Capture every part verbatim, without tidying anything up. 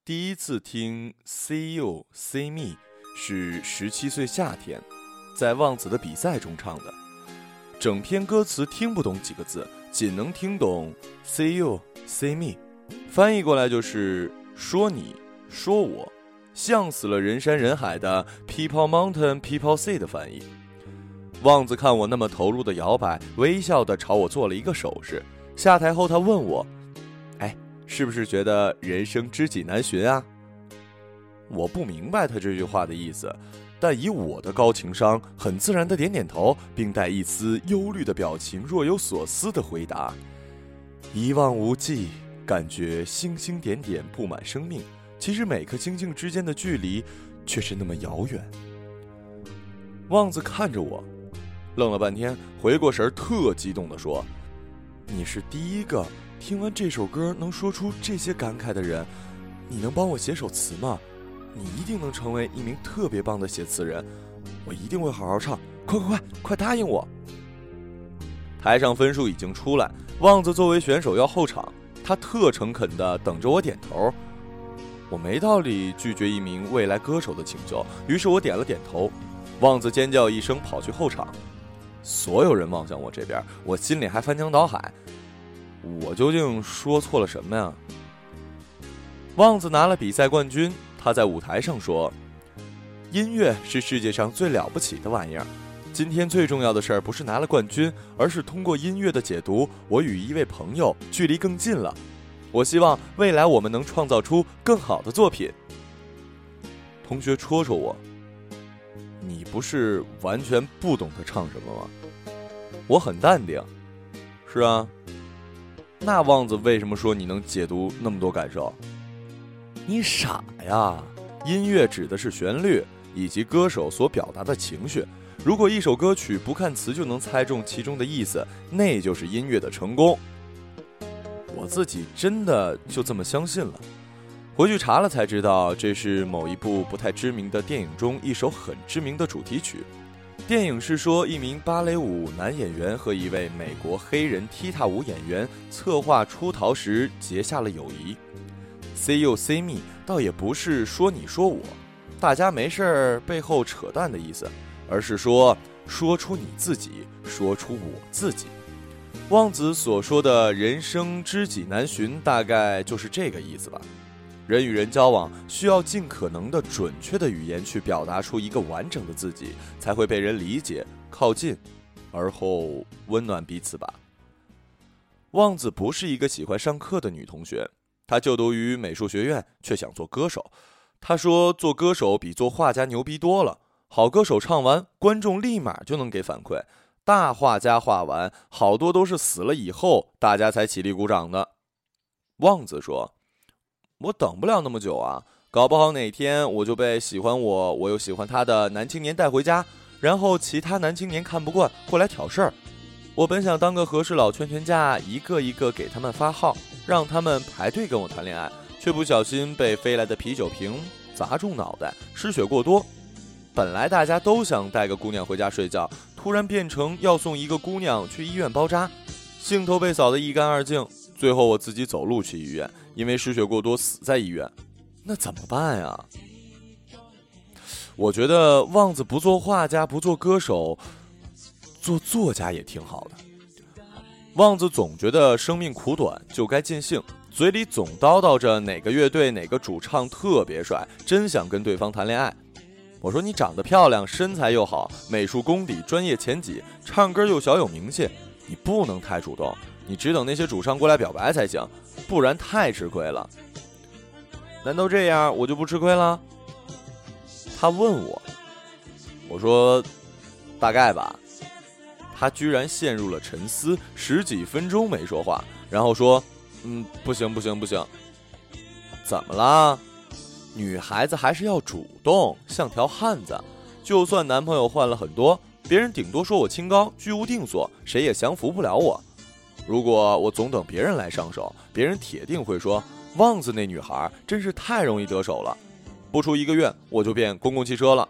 第一次听 See You See Me 是十七岁夏天，在旺子的比赛中唱的。整篇歌词听不懂几个字，仅能听懂 See You See Me， 翻译过来就是说你说我，像死了人山人海的 People Mountain People Sea 的翻译。旺子看我那么投入的摇摆，微笑地朝我做了一个手势。下台后他问我，哎，是不是觉得人生知己难寻啊？我不明白他这句话的意思，但以我的高情商，很自然地点点头，并带一丝忧虑的表情，若有所思地回答：一望无际，感觉星星点点布满生命，其实每颗星星之间的距离却是那么遥远。旺子看着我，愣了半天，回过神，特激动地说：你是第一个听完这首歌能说出这些感慨的人，你能帮我写首词吗？你一定能成为一名特别棒的写词人，我一定会好好唱，快快快快答应我。台上分数已经出来，旺子作为选手要候场，他特诚恳地等着我点头。我没道理拒绝一名未来歌手的请求，于是我点了点头。旺子尖叫一声跑去候场，所有人望向我这边，我心里还翻江倒海，我究竟说错了什么呀？旺子拿了比赛冠军，他在舞台上说：音乐是世界上最了不起的玩意儿，今天最重要的事儿不是拿了冠军，而是通过音乐的解读，我与一位朋友距离更近了。我希望未来我们能创造出更好的作品。同学戳戳我，你不是完全不懂他唱什么吗？我很淡定，是啊，那旺子为什么说你能解读那么多感受？你傻呀，音乐指的是旋律以及歌手所表达的情绪，如果一首歌曲不看词就能猜中其中的意思，那就是音乐的成功。我自己真的就这么相信了，回去查了才知道，这是某一部不太知名的电影中一首很知名的主题曲。电影是说一名芭蕾舞男演员和一位美国黑人踢踏舞演员策划出逃时结下了友谊。See you see me 倒也不是说你说我，大家没事背后扯淡的意思，而是说说出你自己，说出我自己。旺子所说的人生知己难寻，大概就是这个意思吧。人与人交往需要尽可能的准确的语言去表达出一个完整的自己，才会被人理解靠近，而后温暖彼此吧。旺子不是一个喜欢上课的女同学，她就读于美术学院，却想做歌手。她说做歌手比做画家牛逼多了，好歌手唱完，观众立马就能给反馈，大画家画完，好多都是死了以后大家才起立鼓掌的。旺子说，我等不了那么久啊，搞不好哪天我就被喜欢我我又喜欢他的男青年带回家，然后其他男青年看不惯过来挑事儿。我本想当个和事佬，劝劝架，一个一个给他们发号，让他们排队跟我谈恋爱，却不小心被飞来的啤酒瓶砸中脑袋，失血过多。本来大家都想带个姑娘回家睡觉，突然变成要送一个姑娘去医院包扎，兴头被扫得一干二净。最后我自己走路去医院，因为失血过多死在医院，那怎么办呀？我觉得旺子不做画家，不做歌手，做作家也挺好的。旺子总觉得生命苦短，就该尽兴，嘴里总叨叨着哪个乐队哪个主唱特别帅，真想跟对方谈恋爱。我说你长得漂亮，身材又好，美术功底专业前几，唱歌又小有名气，你不能太主动，你只等那些主唱过来表白才行，不然太吃亏了。难道这样我就不吃亏了？他问我，我说大概吧。他居然陷入了沉思，十几分钟没说话，然后说，嗯，不行不行不行。怎么啦？女孩子还是要主动，像条汉子，就算男朋友换了很多，别人顶多说我清高居无定所，谁也降服不了我。如果我总等别人来上手，别人铁定会说，旺子那女孩真是太容易得手了，不出一个月我就变公共汽车了。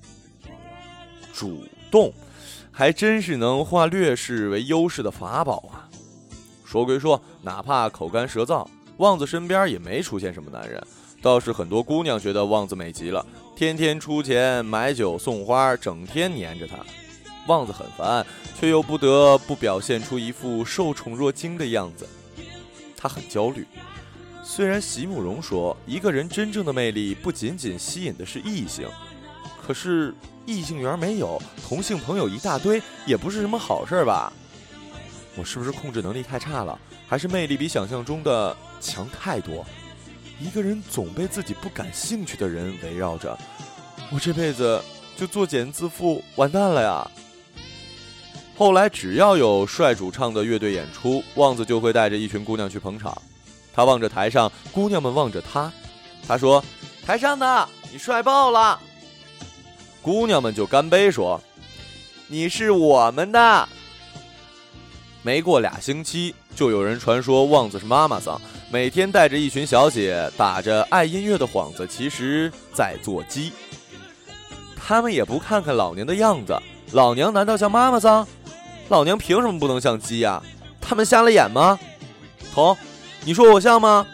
主动还真是能化劣势为优势的法宝啊。说归说，哪怕口干舌燥， 旺子身边也没出现什么男人，倒是很多姑娘觉得旺子美极了，天天出钱买酒送花，整天黏着他。旺子很烦，却又不得不表现出一副受宠若惊的样子。他很焦虑。虽然席慕容说一个人真正的魅力不仅仅吸引的是异性，可是异性缘没有，同性朋友一大堆，也不是什么好事吧？我是不是控制能力太差了，还是魅力比想象中的强太多？一个人总被自己不感兴趣的人围绕着，我这辈子就作茧自缚，完蛋了呀！后来只要有帅主唱的乐队演出，旺子就会带着一群姑娘去捧场。他望着台上，姑娘们望着他。他说：“台上的，你帅爆了！”姑娘们就干杯说：“你是我们的。”没过俩星期，就有人传说旺子是妈妈桑，每天带着一群小姐，打着爱音乐的幌子，其实在做鸡。他们也不看看老娘的样子，老娘难道像妈妈桑？老娘凭什么不能像鸡呀？他们瞎了眼吗？彤，你说我像吗？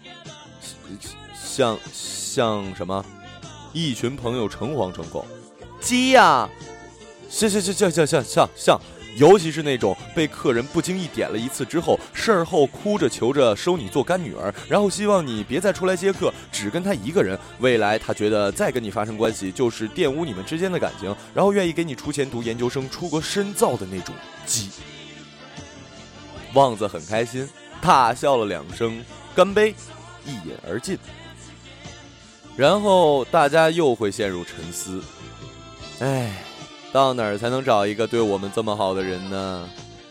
像像什么？一群朋友诚惶诚恐。鸡呀，像像像像像像像像，尤其是那种被客人不经意点了一次之后，事儿后哭着求着收你做干女儿，然后希望你别再出来接客，只跟他一个人。未来他觉得再跟你发生关系就是玷污你们之间的感情，然后愿意给你出钱读研究生、出国深造的那种鸡。旺子很开心，大笑了两声，干杯，一饮而尽。然后大家又会陷入沉思。哎，到哪儿才能找一个对我们这么好的人呢？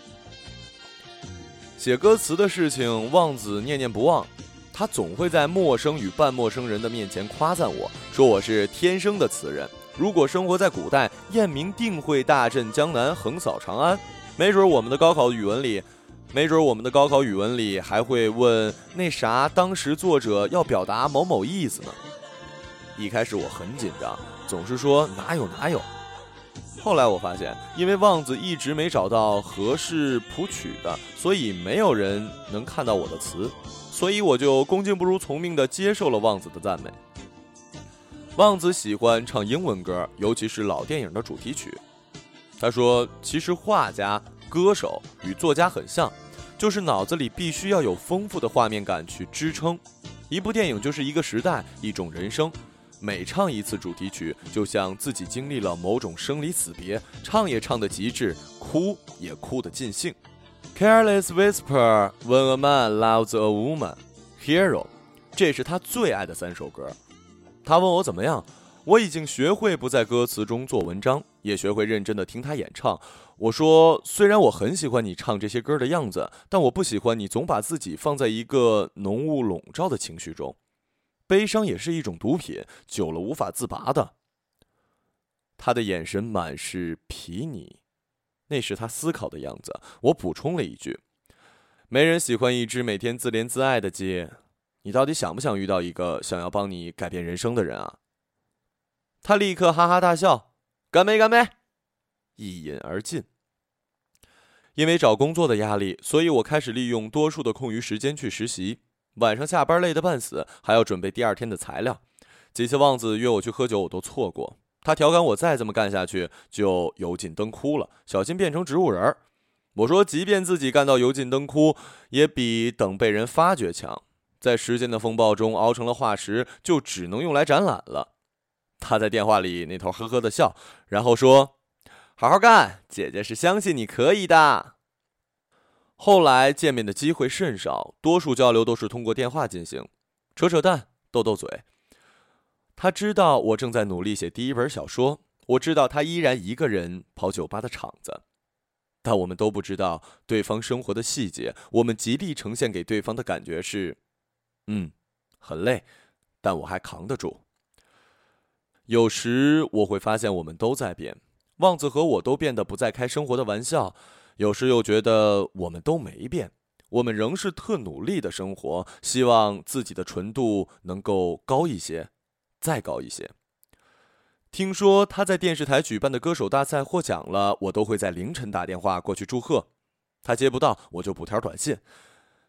写歌词的事情，旺子念念不忘。他总会在陌生与半陌生人的面前夸赞我，说我是天生的词人。如果生活在古代，燕明定会大震江南，横扫长安。没准我们的高考语文里，没准我们的高考语文里还会问那啥，当时作者要表达某某意思呢。一开始我很紧张，总是说哪有哪有。后来我发现，因为旺子一直没找到合适谱曲的，所以没有人能看到我的词，所以我就恭敬不如从命地接受了旺子的赞美。旺子喜欢唱英文歌，尤其是老电影的主题曲。他说，其实画家、歌手与作家很像，就是脑子里必须要有丰富的画面感去支撑。一部电影就是一个时代，一种人生。每唱一次主题曲，就像自己经历了某种生离死别，唱也唱得极致，哭也哭得尽兴。Careless whisper when a man loves a woman. Hero， 这是他最爱的三首歌。他问我怎么样，我已经学会不在歌词中做文章，也学会认真地听他演唱。我说，虽然我很喜欢你唱这些歌的样子，但我不喜欢你总把自己放在一个浓雾笼罩的情绪中。悲伤也是一种毒品，久了无法自拔的。他的眼神满是睥睨，那是他思考的样子。我补充了一句，没人喜欢一只每天自怜自爱的鸡。你到底想不想遇到一个想要帮你改变人生的人啊？他立刻哈哈大笑，干杯干杯，一饮而尽。因为找工作的压力，所以我开始利用多数的空余时间去实习。晚上下班累得半死，还要准备第二天的材料。几次旺子约我去喝酒，我都错过。他调侃我再这么干下去就油尽灯枯了，小心变成植物人。我说即便自己干到油尽灯枯，也比等被人发掘强。在时间的风暴中熬成了化石，就只能用来展览了。他在电话里那头呵呵的笑，然后说，好好干，姐姐是相信你可以的。后来见面的机会甚少，多数交流都是通过电话进行，扯扯淡，斗斗嘴。他知道我正在努力写第一本小说，我知道他依然一个人跑酒吧的场子，但我们都不知道对方生活的细节。我们极力呈现给对方的感觉是，嗯，很累，但我还扛得住。有时我会发现我们都在变，旺子和我都变得不再开生活的玩笑。有时又觉得我们都没变，我们仍是特努力的生活，希望自己的纯度能够高一些，再高一些。听说他在电视台举办的歌手大赛获奖了，我都会在凌晨打电话过去祝贺。他接不到，我就补条短信，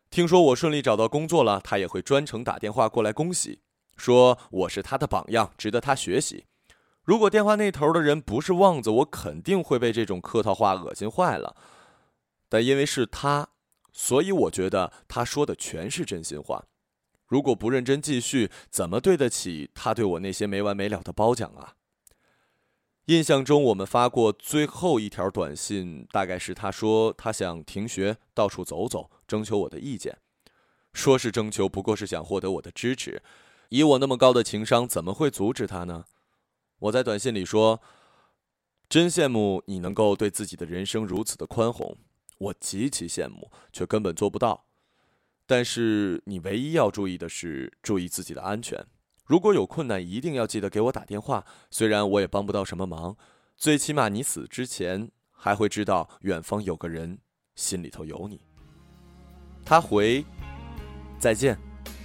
听说我顺利找到工作了，他也会专程打电话过来恭喜，说我是他的榜样，值得他学习。如果电话那头的人不是旺子，我肯定会被这种客套话恶心坏了。但因为是他，所以我觉得他说的全是真心话。如果不认真继续，怎么对得起他对我那些没完没了的褒奖啊？印象中我们发过最后一条短信，大概是他说他想停学，到处走走，征求我的意见。说是征求，不过是想获得我的支持。以我那么高的情商，怎么会阻止他呢？我在短信里说，真羡慕你能够对自己的人生如此的宽宏，我极其羡慕，却根本做不到。但是你唯一要注意的是，注意自己的安全。如果有困难，一定要记得给我打电话，虽然我也帮不到什么忙，最起码你死之前还会知道远方有个人心里头有你。他回再见，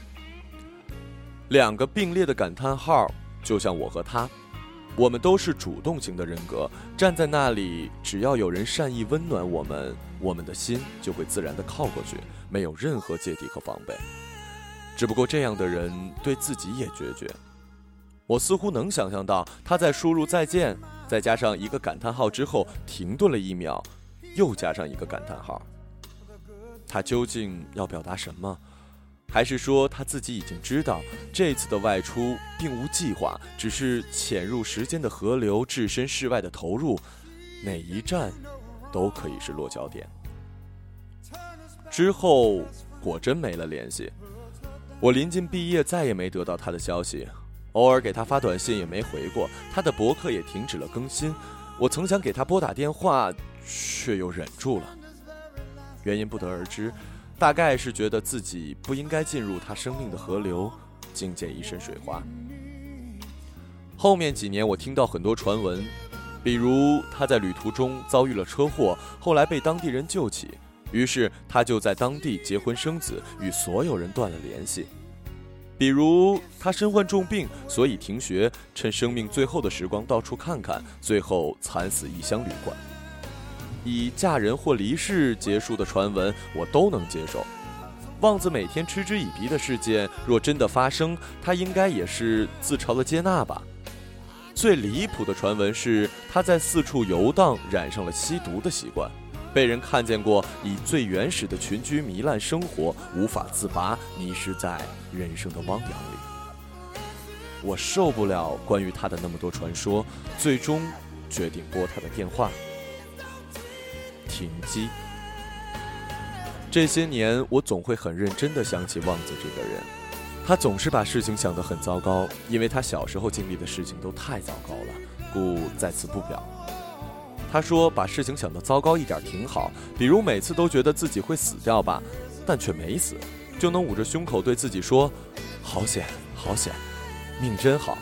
两个并列的感叹号，就像我和他，我们都是主动型的人格，站在那里，只要有人善意温暖我们，我们的心就会自然地靠过去，没有任何芥蒂和防备。只不过这样的人对自己也决绝。我似乎能想象到他在输入再见再加上一个感叹号之后停顿了一秒，又加上一个感叹号。他究竟要表达什么？还是说他自己已经知道这次的外出并无计划，只是潜入时间的河流，置身事外的投入，哪一站都可以是落脚点。之后果真没了联系，我临近毕业再也没得到他的消息，偶尔给他发短信也没回过，他的博客也停止了更新。我曾想给他拨打电话，却又忍住了，原因不得而知，大概是觉得自己不应该进入他生命的河流，境界一身水花。后面几年我听到很多传闻，比如他在旅途中遭遇了车祸，后来被当地人救起，于是他就在当地结婚生子，与所有人断了联系。比如他身患重病，所以停学，趁生命最后的时光到处看看，最后惨死异乡旅馆。以嫁人或离世结束的传闻我都能接受。旺子每天嗤之以鼻的事件，若真的发生，他应该也是自嘲的接纳吧。最离谱的传闻是他在四处游荡，染上了吸毒的习惯，被人看见过以最原始的群居糜烂生活，无法自拔，迷失在人生的汪洋里。我受不了关于他的那么多传说，最终决定拨他的电话。停机。这些年我总会很认真地想起旺子这个人，他总是把事情想得很糟糕，因为他小时候经历的事情都太糟糕了，故在此不表。他说把事情想得糟糕一点挺好，比如每次都觉得自己会死掉吧，但却没死，就能捂着胸口对自己说好险好险，命真好。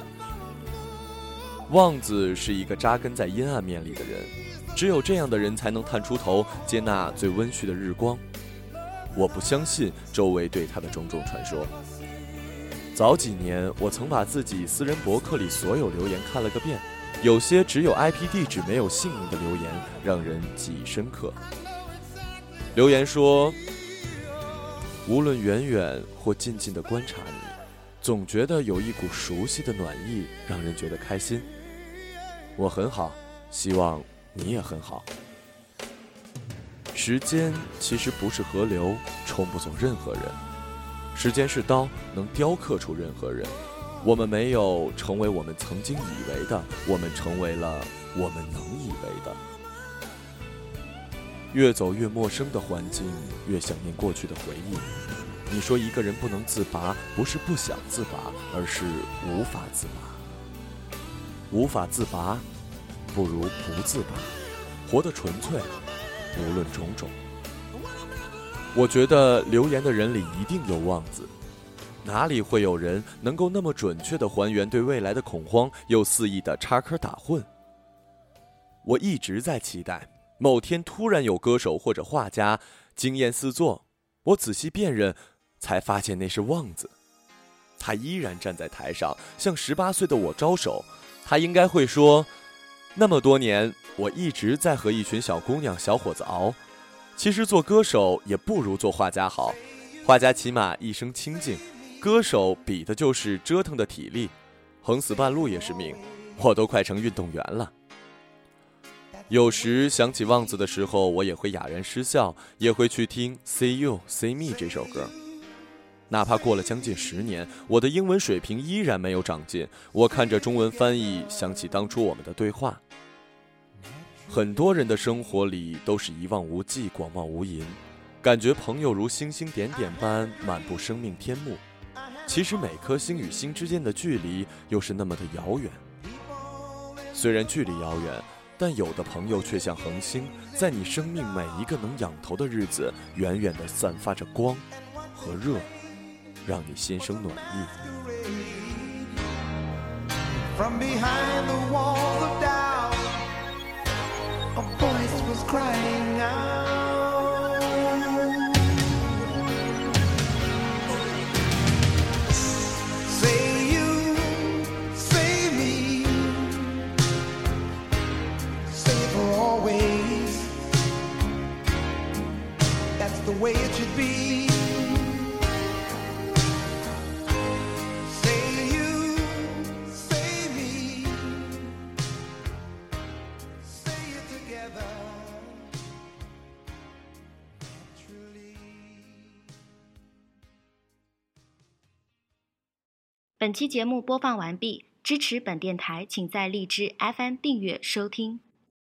旺子是一个扎根在阴暗面里的人，只有这样的人才能探出头，接纳最温煦的日光。我不相信周围对他的种种传说。早几年我曾把自己私人博客里所有留言看了个遍，有些只有 I P 地址没有姓名的留言让人记忆深刻。留言说，无论远远或近近地观察你，总觉得有一股熟悉的暖意让人觉得开心。我很好，希望你也很好。时间其实不是河流，冲不走任何人。时间是刀，能雕刻出任何人。我们没有成为我们曾经以为的，我们成为了我们能以为的。越走越陌生的环境，越想念过去的回忆。你说一个人不能自拔，不是不想自拔，而是无法自拔。无法自拔，不如不自拔，活得纯粹，无论种种。我觉得留言的人里一定有旺子，哪里会有人能够那么准确地还原对未来的恐慌，又肆意地插科打诨？我一直在期待某天突然有歌手或者画家惊艳四座，我仔细辨认，才发现那是旺子。他依然站在台上，向十八岁的我招手。他应该会说，那么多年我一直在和一群小姑娘小伙子熬，其实做歌手也不如做画家好， 画家骑马一生清静，歌手比的就是折腾的体力，横死半路也是命，我都快成运动员了。有时想起望子的时候，我也会哑然失笑，也会去听 See You, See Me 这首歌。哪怕过了将近十年，我的英文水平依然没有长进。我看着中文翻译，想起当初我们的对话。很多人的生活里都是一望无际，广袤无垠，感觉朋友如星星点点般满布生命天幕。其实每颗星与星之间的距离又是那么的遥远。虽然距离遥远，但有的朋友却像恒星，在你生命每一个能仰头的日子，远远地散发着光和热，让你心生暖意。From behind the walls of doubt, a voice was crying out. Say you, say me, say for always. That's the way it should be. 本期节目播放完毕，支持本电台，请在荔枝 F M 订阅收听。